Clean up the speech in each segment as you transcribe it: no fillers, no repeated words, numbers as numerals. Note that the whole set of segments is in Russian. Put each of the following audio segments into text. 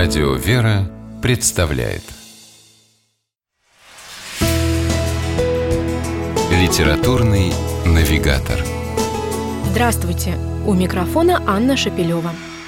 Радио «Вера» представляет Литературный навигатор. Здравствуйте! У микрофона Анна Шапилева.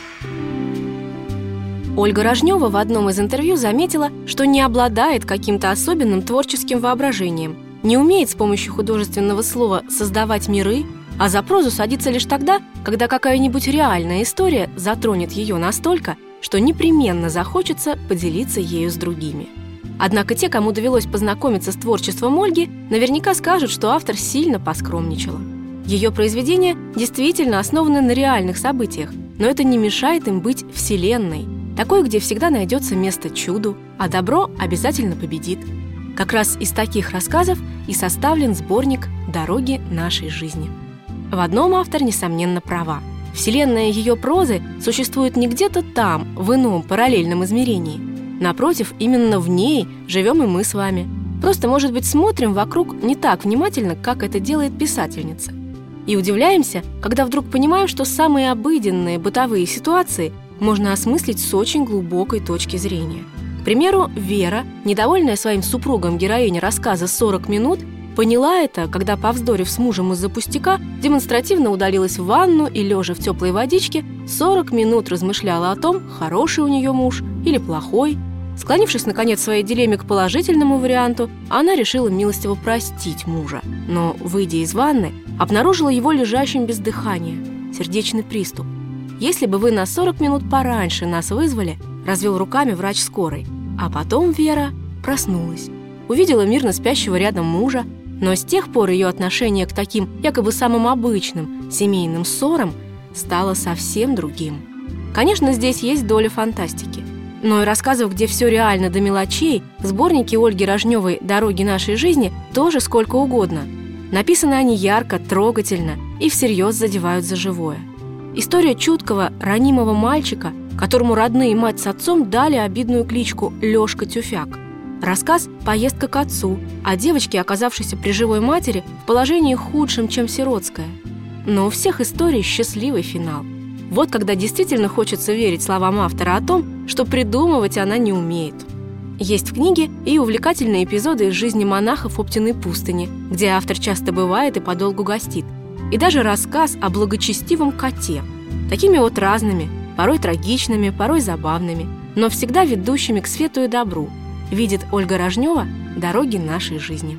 Ольга Рожнева в одном из интервью заметила, что не обладает каким-то особенным творческим воображением, не умеет с помощью художественного слова создавать миры, а за прозу садится лишь тогда, когда какая-нибудь реальная история затронет ее настолько, что непременно захочется поделиться ею с другими. Однако те, кому довелось познакомиться с творчеством Ольги, наверняка скажут, что автор сильно поскромничала. Ее произведения действительно основаны на реальных событиях, но это не мешает им быть вселенной, такой, где всегда найдется место чуду, а добро обязательно победит. Как раз из таких рассказов и составлен сборник «Дороги нашей жизни». В одном автор, несомненно, права. Вселенная ее прозы существует не где-то там, в ином параллельном измерении. Напротив, именно в ней живем и мы с вами. Просто, может быть, смотрим вокруг не так внимательно, как это делает писательница. И удивляемся, когда вдруг понимаем, что самые обыденные бытовые ситуации можно осмыслить с очень глубокой точки зрения. К примеру, Вера, недовольная своим супругом героиня рассказа «40 минут», поняла это, когда, повздорив с мужем из-за пустяка, демонстративно удалилась в ванну и, лежа в теплой водичке, 40 минут размышляла о том, хороший у нее муж или плохой. Склонившись, наконец, в своей дилемме к положительному варианту, она решила милостиво простить мужа. Но, выйдя из ванны, обнаружила его лежащим без дыхания. Сердечный приступ. «Если бы вы на 40 минут пораньше нас вызвали», — развел руками врач скорой. А потом Вера проснулась. Увидела мирно спящего рядом мужа, но с тех пор ее отношение к таким якобы самым обычным семейным ссорам стало совсем другим. Конечно, здесь есть доля фантастики. Но и рассказов, где все реально до мелочей, в сборнике Ольги Рожневой «Дороги нашей жизни» тоже сколько угодно. Написаны они ярко, трогательно и всерьез задевают за живое. История чуткого, ранимого мальчика, которому родные мать с отцом дали обидную кличку Лёшка Тюфяк. Рассказ «Поездка к отцу» о девочке, оказавшейся при живой матери в положении худшем, чем сиротская. Но у всех историй счастливый финал. Вот когда действительно хочется верить словам автора о том, что придумывать она не умеет. Есть в книге и увлекательные эпизоды из жизни монахов Оптиной пустыни, где автор часто бывает и подолгу гостит. И даже рассказ о благочестивом коте. Такими вот разными, порой трагичными, порой забавными, но всегда ведущими к свету и добру. Видит Ольга Рожнева «Дороги нашей жизни».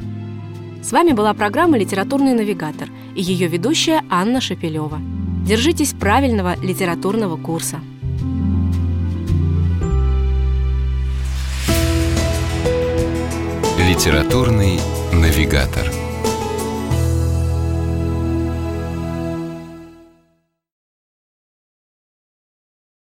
С вами была программа «Литературный навигатор» и ее ведущая Анна Шапилева. Держитесь правильного литературного курса. Литературный навигатор.